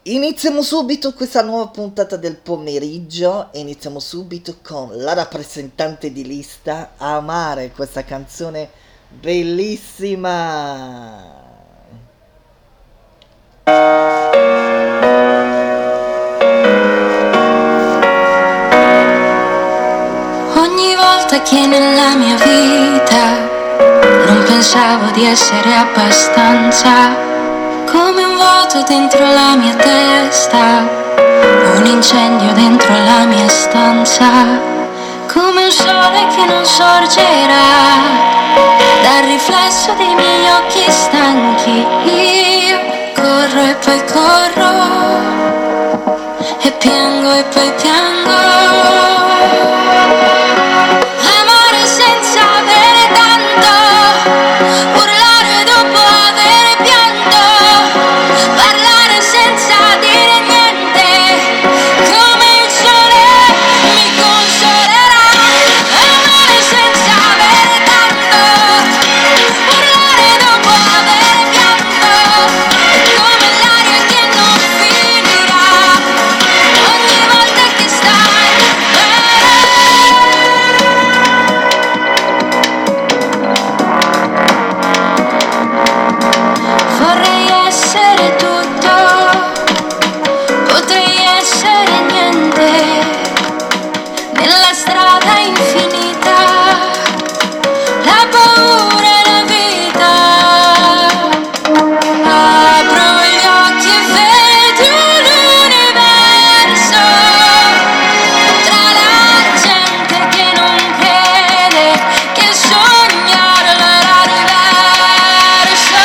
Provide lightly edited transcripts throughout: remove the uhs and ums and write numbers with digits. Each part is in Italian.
Iniziamo subito questa nuova puntata del pomeriggio e iniziamo subito con la rappresentante di lista Amare, questa canzone bellissima. Ogni volta che nella mia vita non pensavo di essere abbastanza, come un vuoto dentro la mia testa, un incendio dentro la mia stanza, come un sole che non sorgerà dal riflesso dei miei occhi stanchi. Io corro e poi corro e piango e poi piango. Amore senza avere tanto, urlare dopo avere pianto, parlare senza dire niente, come il sole mi consolerà. Amore senza avere tanto, urlare dopo avere pianto, è come l'aria che non finirà ogni volta che stai bene. Vorrei essere tutto, potrei essere niente, nella strada infinita, la paura e la vita. Apro gli occhi e vedo l'universo, tra la gente che non crede che sognare era diverso.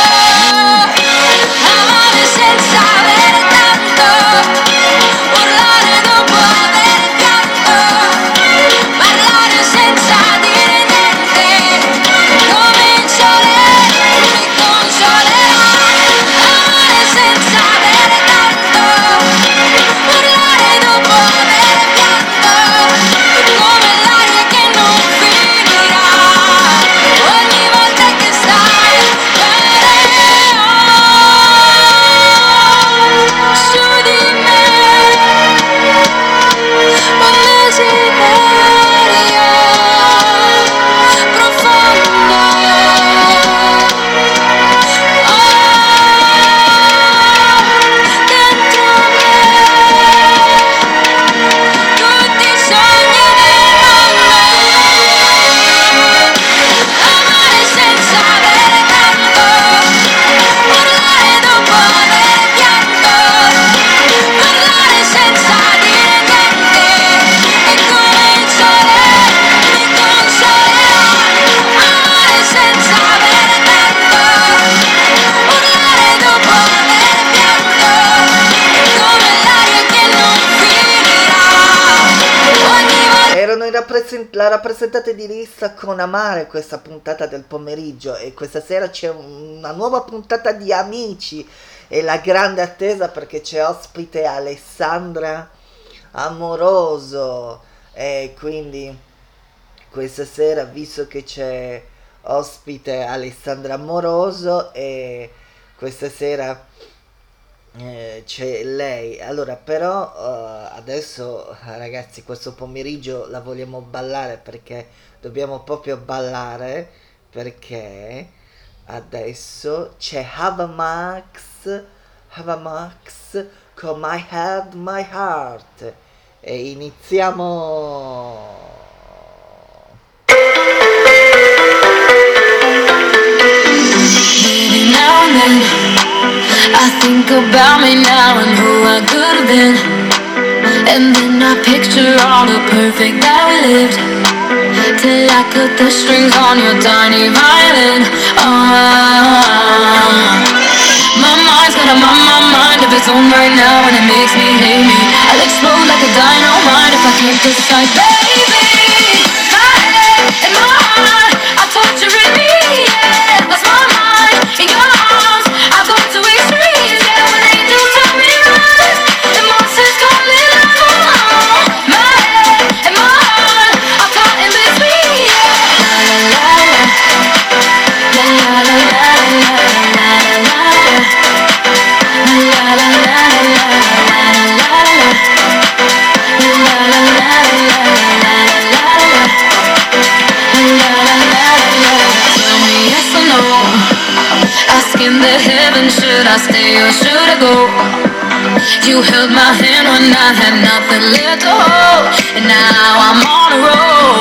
Amare senza avere tanto, urlare dopo avere pianto, parlare senza dire niente, come il sole mi consolerà. Amare senza avere tanto, urlare dopo avere pianto, è come l'aria che non finirà ogni volta che stai bene. Su di me un desiderio profondo, dentro me tutti i sogni del mondo. Amare senza avere tanto, urlare dopo avere pianto, parlare senza dire niente, è come il sole mi consolerà. Amare senza avere tanto, urlare dopo avere pianto, è come l'aria che non finirà ogni volta. Erano la rappresentante di lista con Amare questa puntata del pomeriggio e questa sera c'è una nuova puntata di Amici e la grande attesa perché c'è ospite Alessandra Amoroso e quindi questa sera, visto che c'è ospite Alessandra Amoroso e questa sera c'è lei. Allora, però adesso ragazzi, questo pomeriggio la vogliamo ballare perché dobbiamo proprio ballare perché adesso c'è Havamax con My Head, My Heart e iniziamo. Baby, now and then I think about me now and who I could have been, and then I picture all the perfect that we lived, till I cut the strings on your tiny violin. My mind's got a mind of its own right now, and it makes me hate me. I'll explode like a dynamite if I can't decide, baby. My head and my heart are torturing me, yeah. Lost my mind in your arms, I go to extremes, yeah. When angels tell me run, and monsters calling out. My head and my heart are caught in between, yeah. La la la la la la la la la la la la la la la. I stay or should I go? You held my hand when I had nothing left to hold, and now I'm on a roll.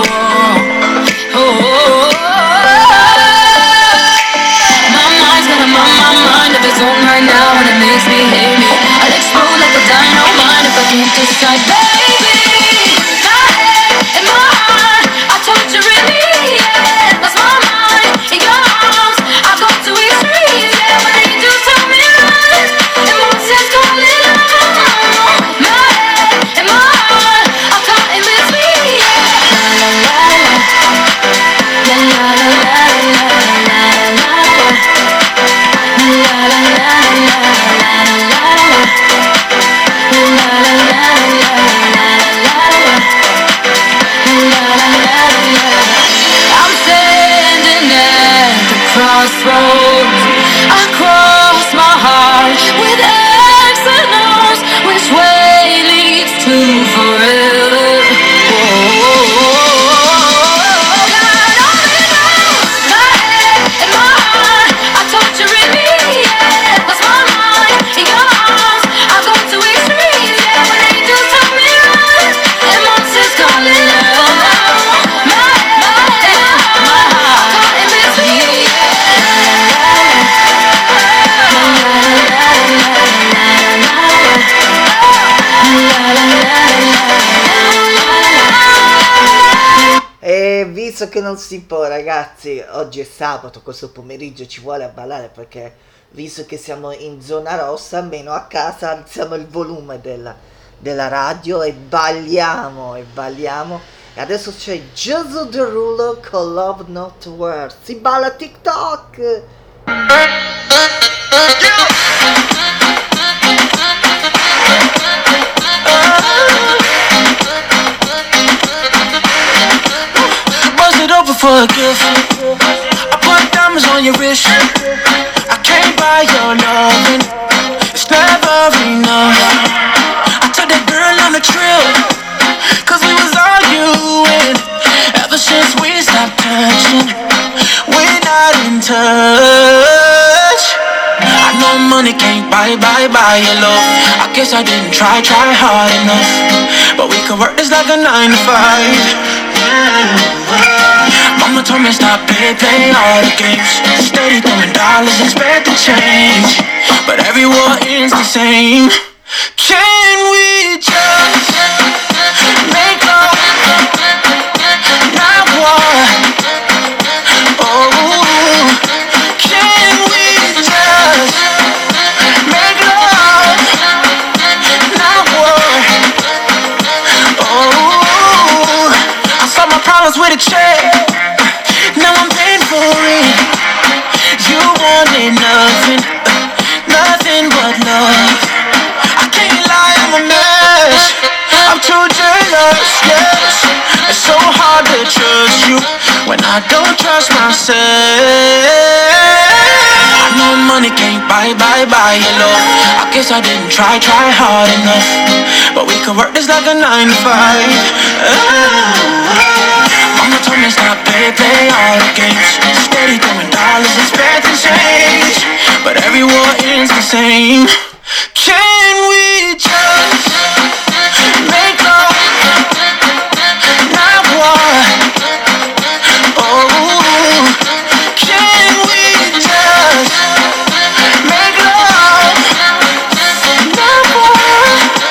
My mind's got a mind of its own right now, and it makes me hate me. I'll explode like a dynamite if I can't decide, baby. My head and my heart are torturing me, yeah. Lost my mind in your arms, I go to extremes, yeah. When you do tell me lies, emotions calling out. My head and my heart are caught in between, yeah. La la la la, la la la la la la la. I'm standing at the crossroads. I cross my heart with X and O's. Which way leads to forever? God only knows. My head and my heart are torturing me, yeah. Lost my mind in your arms, I go to extremes, yeah. When they do tell me lies, emotions calling out. My head and my heart caught in between, E visto che non si può, ragazzi, oggi è sabato, questo pomeriggio ci vuole a ballare, perché visto che siamo in zona rossa, almeno a casa alziamo il volume della radio e balliamo, e balliamo. E adesso c'è Jason Derulo con Love Not Words. Si balla TikTok! Was it over for a gift? I put diamonds on your wrist. I can't buy your loving. It's never enough. I took that girl on a trip, cause we was arguing. Ever since we stopped touching, we're not in touch. I know money can't buy your love. I guess I didn't try hard enough. But we could work this like a 9 to 5. Mama told me stop play all the games. Steady throwing dollars, expect to change. But every war ends the same. Can we just make love, not war? Oh, can we just make love, not war? Oh, I solved my problems with a check. Now I'm paying for it. You wanted nothing, nothing but love. I can't lie, I'm a mess. I'm too jealous, yes. It's so hard to trust you when I don't trust myself. I know money can't buy your love. I guess I didn't try hard enough. But we could work this like a 9 to 5. Mama told me stop play all the games. Steady throwing dollars, expecting change. But every war ends the same. Can we just make love, not war? Oh, can we just make love, not war?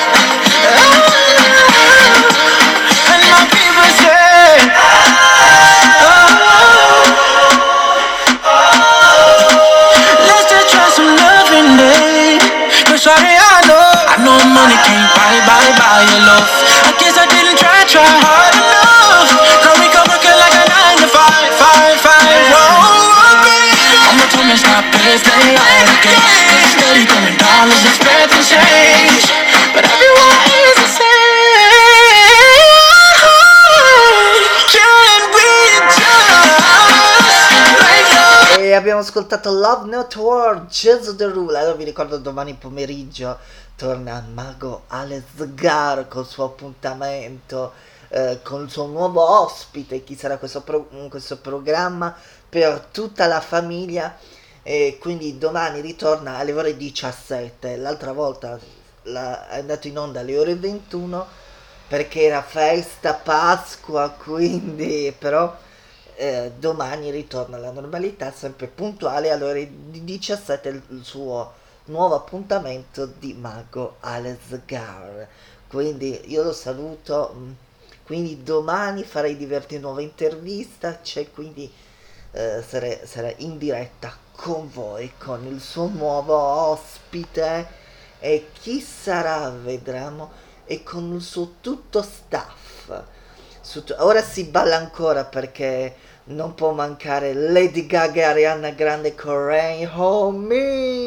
And my people say, let's just try some loving, babe. Cause shawty, I know money can't buy your love. I guess I didn't try hard enough. Cause we could work it like a 9 to 5. Whoa, Mama told me stop play all the games. Steady throwing dollars, expecting change. But everyone is the same. Can we just make love? E abbiamo ascoltato Love Not War, Jason Derulo. Allora vi ricordo domani pomeriggio torna Mago Alex Gar col suo appuntamento, con il suo nuovo ospite. Chi sarà questo programma per tutta la famiglia? e quindi domani ritorna alle ore 17. L'altra volta è andato in onda alle ore 21 perché era festa Pasqua, quindi però domani ritorna alla normalità, sempre puntuale alle ore 17, il suo nuovo appuntamento di Mago Alesgar. Quindi io lo saluto, quindi domani farei divertire nuova intervista, c'è quindi sarà in diretta con voi, con il suo nuovo ospite, e chi sarà vedremo, e con il suo tutto staff. Ora si balla ancora perché non può mancare Lady Gaga e Ariana Grande con Rain on Me.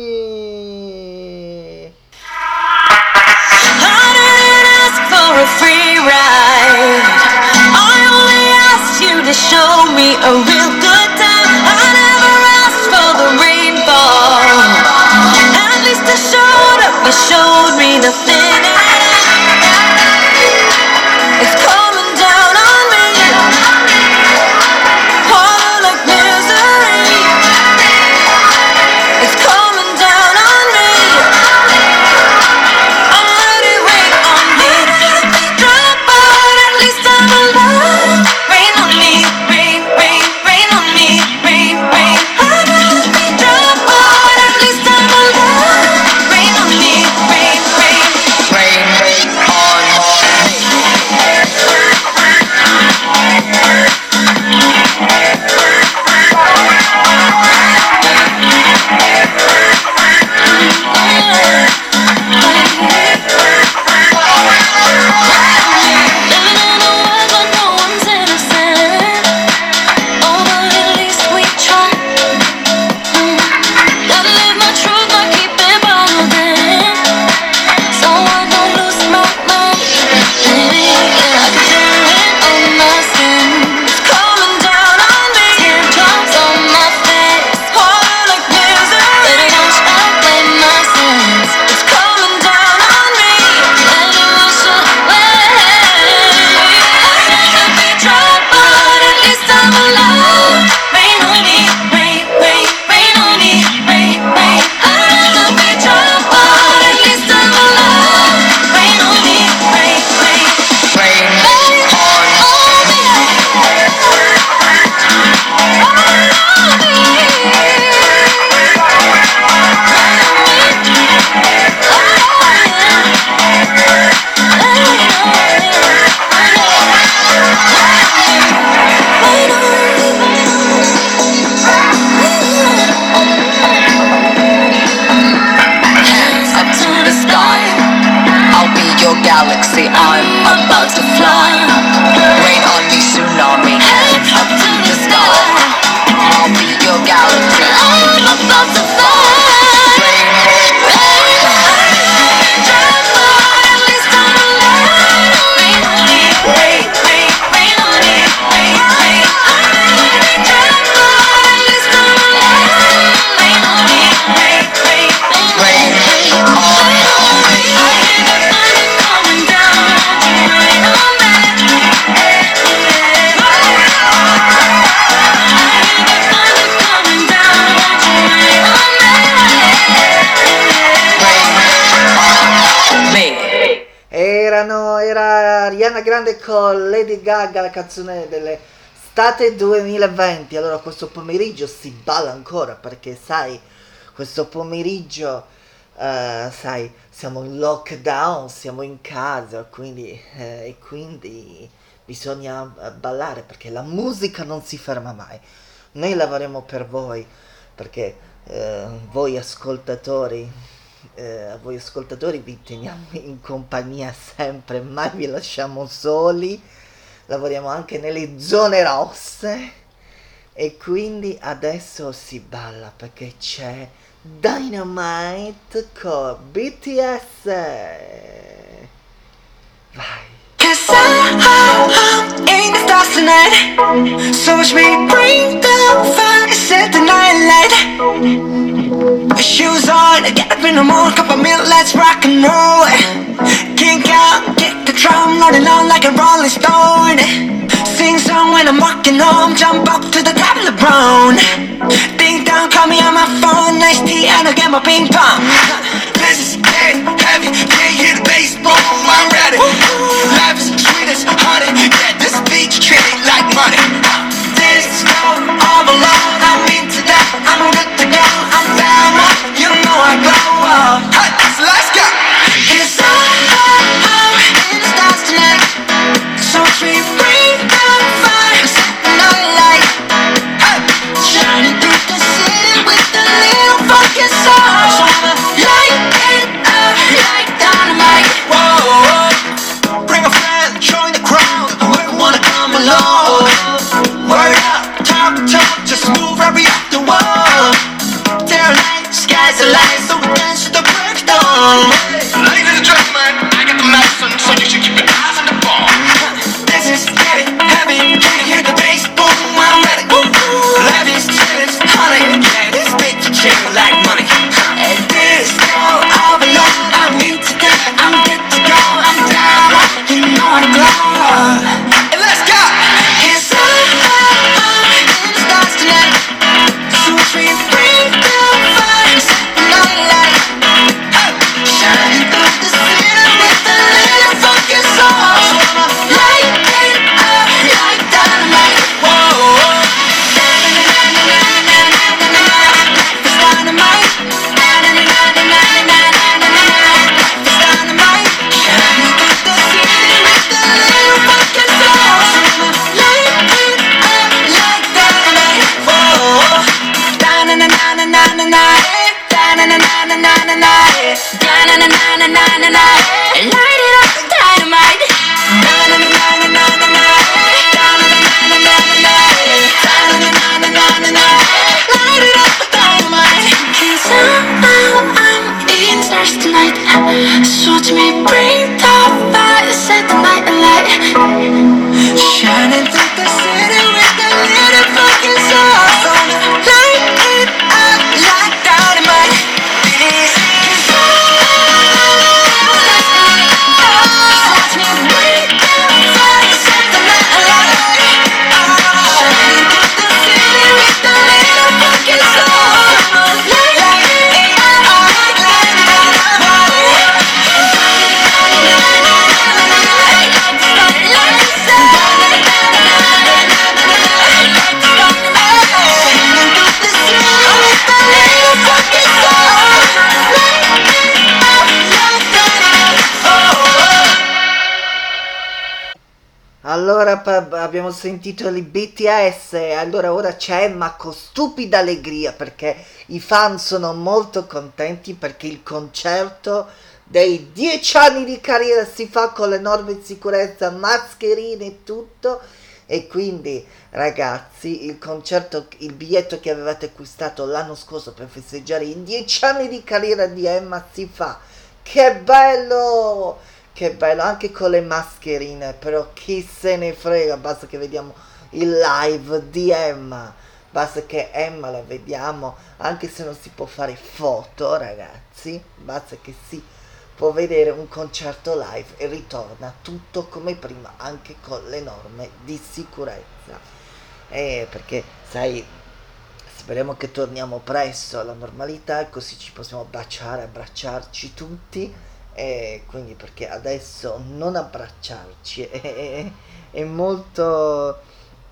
I didn't ask for a free ride. I only asked you to show me a real good time. I never asked for the rainfall. At least I showed up, you showed me the finish. It's coming down on me. Harder like misery. It's coming down on me. I'm let it rain on me. Drop out, at least I'm alive. Rain on me, rain, rain, rain on me, rain, rain. Drop out, at least I'm alive. Rain on me, rain, rain, rain, rain on me. Living in a world where no one's innocent. Oh, but at least we try. Gotta live my truth, not keep it bottled in, so I don't lose my mind. Yeah, I can win all my sins. It's coming down on me. Teardrops on my face. Harder like misery. Baby, don't stop, blame my sins. It's coming down on me. Let it wash away. I could be dry, but at least I'm alive. Rain on me, rain, rain, rain on me, rain, rain. I could be dry, but at least I'm alive. Rain on me, rain, rain, rain, rain on me. Hands up to the sky. I'll be your galaxy. I'm about to fly. Rain on me, tsunami. Hands up to the sky. I'll be your galaxy. I'm about to fly. Rain, rain, at least I'm alive. Rain on me, rain, rain, rain on me, rain, rain. At least I'm alive. Rain on me, rain, rain, rain, rain on me. I can find it coming down. Rain on me. I can find it coming down. Rain on me. Era Ariana Grande con Lady Gaga, la canzone dell'estate 2020. Allora questo pomeriggio si balla ancora perché sai, questo pomeriggio sai, siamo in lockdown, siamo in casa, quindi e quindi bisogna ballare perché la musica non si ferma mai. Noi lavoriamo per voi perché voi ascoltatori vi teniamo in compagnia sempre, mai vi lasciamo soli, lavoriamo anche nelle zone rosse e quindi adesso si balla perché c'è Dynamite con BTS. Vai. 'Cause I'm in the stars tonight. So watch me bring the fire, set the night light. Shoes on, get up in the morning, cup of milk, let's rock and roll. Kink out, kick the drum, rolling on like a rolling stone. Sing song when I'm walking home, jump up to the top of the brown. Ding dong, Call me on my phone, nice tea, and I'll get my ping pong. This is getting heavy, can't hear the bass, boom, I'm ready. Life is sweet as honey, yeah, this beach treat it like money. This is all alone, I'm into that, I'm good to go, I'm down, you know I glow. Hey, so let's go. Cause I'm in the stars tonight, so we bring the fire, set the night light. Hey, shining through the city with a little fucking soul. So I'ma light it up like dynamite. Whoa, bring a friend, join the crowd, whoever wanna come along. Word up, talk, just move right up the wall. They're light, skies are light, so we dance to the break of dawn. Ladies and gentlemen, I got the medicine, so you should keep your eyes on the ball. This is getting heavy, can you hear the bass? Boom, I'm ready. Life is serious, honey, yeah, this bitch chill like money. And this girl all alone, I'm into that, I'm good to go, I'm down, you know I glow. And let's go. Cause I'm in the stars tonight, so we bring the fire, set the night light. Shining through the city with a little fucking soul. So I'ma light it up like dynamite. Whoa, it's dynamite. It's dynamite. Shining through the city with a little fucking soul. So I'ma light it up like dynamite. Whoa, light it up like dynamite. Light it up like dynamite. Cause I'm in stars tonight, so watch me bring the fire, set the night alight. Shining through the city with a little fucking soul. So light it up like dynamite. This is watch me bring the fire, set the night alight. Shining through the city with a little fucking soul. Light it up like dynamite. Allora abbiamo sentito i BTS, allora ora c'è Emma con stupida allegria perché i fan sono molto contenti perché il concerto dei 10 anni di carriera si fa con l'enorme sicurezza, mascherine e tutto, e quindi ragazzi il concerto, il biglietto che avevate acquistato l'anno scorso per festeggiare i 10 anni di carriera di Emma si fa. Che bello! Che bello, anche con le mascherine, però chi se ne frega, basta che vediamo il live di Emma, basta che Emma la vediamo, anche se non si può fare foto ragazzi, basta che si può vedere un concerto live e ritorna tutto come prima, anche con le norme di sicurezza, perché sai, speriamo che torniamo presto alla normalità, così ci possiamo baciare, abbracciarci tutti. E quindi perché adesso non abbracciarci è molto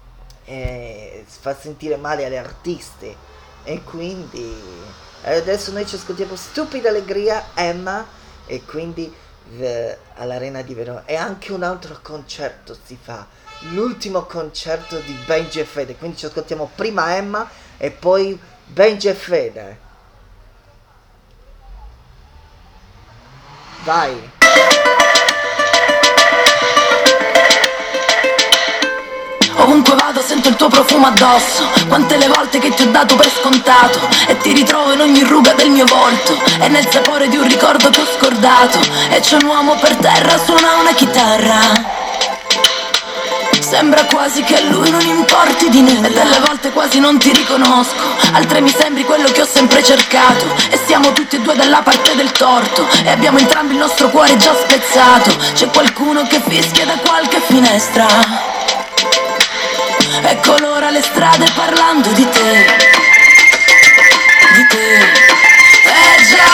fa sentire male alle artiste, e quindi adesso noi ci ascoltiamo Stupida Allegria, Emma, e quindi all'Arena di Verona, e anche un altro concerto si fa, l'ultimo concerto di Benji e Fede, quindi ci ascoltiamo prima Emma e poi Benji e Fede. Vai. Ovunque vado sento il tuo profumo addosso. Quante le volte che ti ho dato per scontato, e ti ritrovo in ogni ruga del mio volto, e nel sapore di un ricordo che ho scordato. E c'è un uomo per terra, suona una chitarra. Sembra quasi che a lui non importi di nulla, e delle volte quasi non ti riconosco, altre mi sembri quello che ho sempre cercato. E siamo tutti e due dalla parte del torto, e abbiamo entrambi il nostro cuore già spezzato. C'è qualcuno che fischia da qualche finestra e colora le strade parlando di te. di te. Già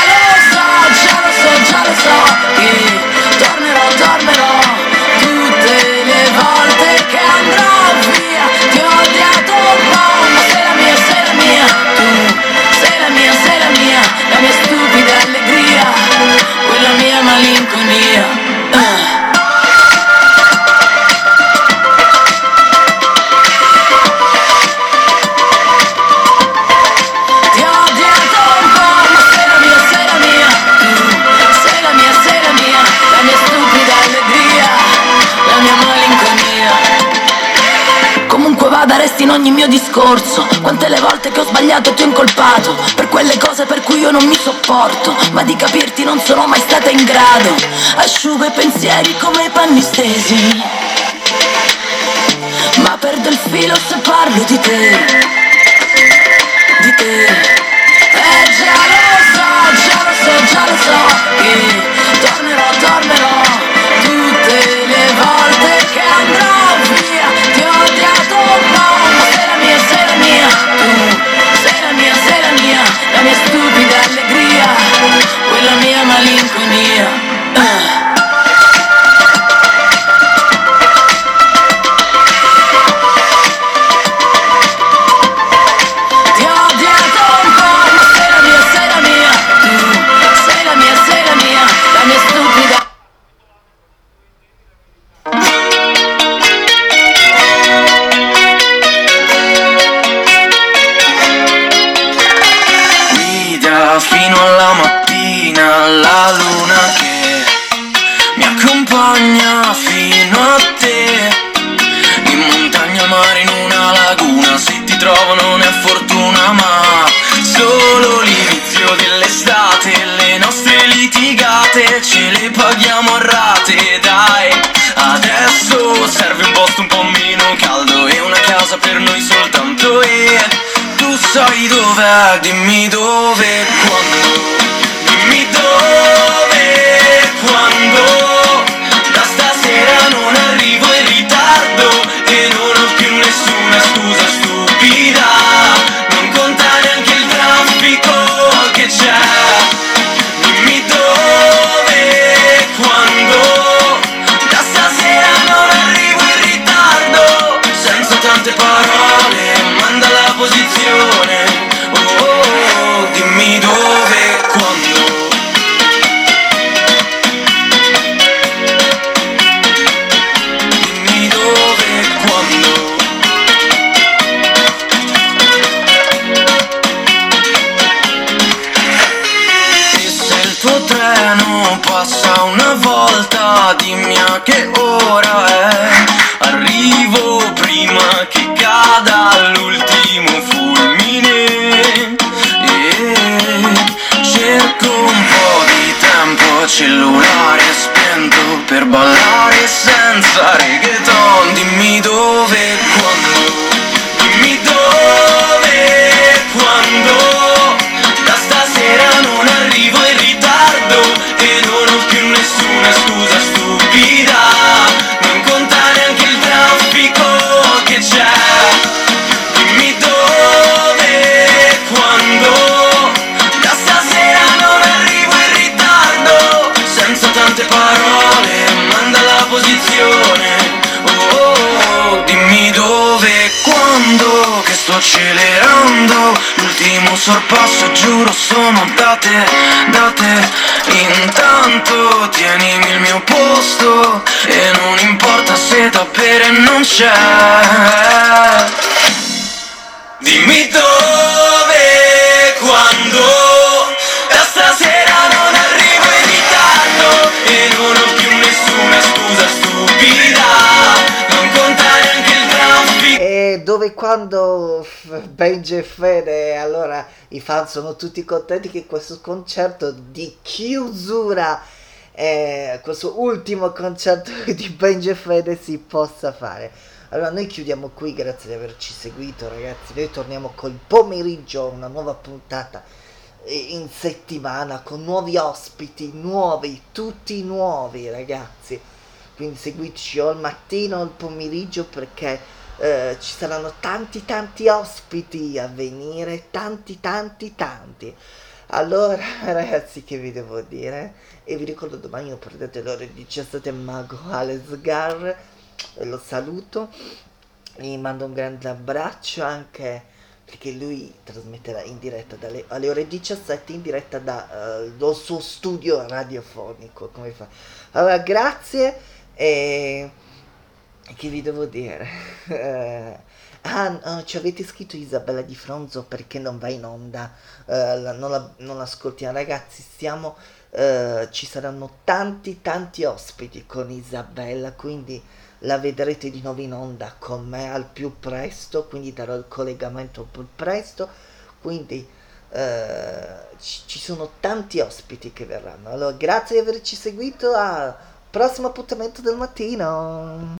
lo so che tornerò tutte le volte che andrò via. Ti ho odiato un po', ma sei la mia, tu sei la mia stupida allegria, quella mia malinconia. Resti in ogni mio discorso. Quante le volte che ho sbagliato e ti ho incolpato per quelle cose per cui io non mi sopporto, ma di capirti non sono mai stata in grado. Asciugo i pensieri come i panni stesi, ma perdo il filo se parlo di te. Di te. Già lo so che tornerò tutte le volte che andrò via. Ti ho odiato un po', ma sei la mia, tu sei la mia stupida allegria, quella mia malinconia. Fino alla mattina la luna che mi accompagna fino a te, in montagna, al mare, in una laguna. Se ti trovo non è fortuna ma solo l'inizio dell'estate. Le nostre litigate ce le paghiamo a rate. Dai, adesso serve un posto un po' meno caldo e una casa per noi soltanto. E tu sai dov'è, dimmi dove, quando, dimmi dove, quando, da stasera non arrivo in ritardo e non ho più nessuna scusa stupida, non conta neanche il traffico che c'è, dimmi dove, quando, da stasera non arrivo in ritardo, senza tante parole, manda la posizione, dimmi dove, quando. Dimmi dove, quando. E se il tuo treno passa una volta, dimmi a che ora è. Arrivo prima che cada l'ultimo fulmine e cerco un po' di tempo, cellulare spento per ballare senza reggaeton. Dimmi dove, quando, dimmi dove, quando, da stasera non arrivo in ritardo e non ho più nessuna scusa stupida, non conta neanche il traffico che c'è, dimmi dove, quando, da stasera non arrivo in ritardo, senza tante parole, manda la posizione, dimmi dove, quando, che sto accelerando, l'ultimo sorpasso giuro sono date, intanto tienimi il mio posto e non importa se da bere non c'è, dimmi dove, quando, da stasera non arrivo in ritardo e non ho più nessuna scusa stupida, non conta neanche il traffico. E dove, quando, Benji e Fede, allora i fan sono tutti contenti che questo concerto di chiusura, questo ultimo concerto di Benji e Fede si possa fare. Allora noi chiudiamo qui, grazie di averci seguito ragazzi, noi torniamo col pomeriggio, una nuova puntata in settimana con nuovi ospiti, tutti nuovi ragazzi, quindi seguiteci o al mattino o al pomeriggio perché ci saranno tanti ospiti a venire, tanti. Allora, ragazzi, che vi devo dire? E vi ricordo domani non perdete le ore 17 Mago Alex Gar, e lo saluto, gli mando un grande abbraccio anche perché lui trasmetterà in diretta alle ore 17 in diretta dal suo studio radiofonico, come fa. Allora, grazie e che vi devo dire? Ci avete scritto Isabella Di Fronzo perché non va in onda, non l'ascoltiamo, ragazzi, ci saranno tanti ospiti con Isabella, quindi la vedrete di nuovo in onda con me al più presto, quindi darò il collegamento al più presto, quindi ci sono tanti ospiti che verranno. Allora, grazie di averci seguito, al prossimo appuntamento del mattino.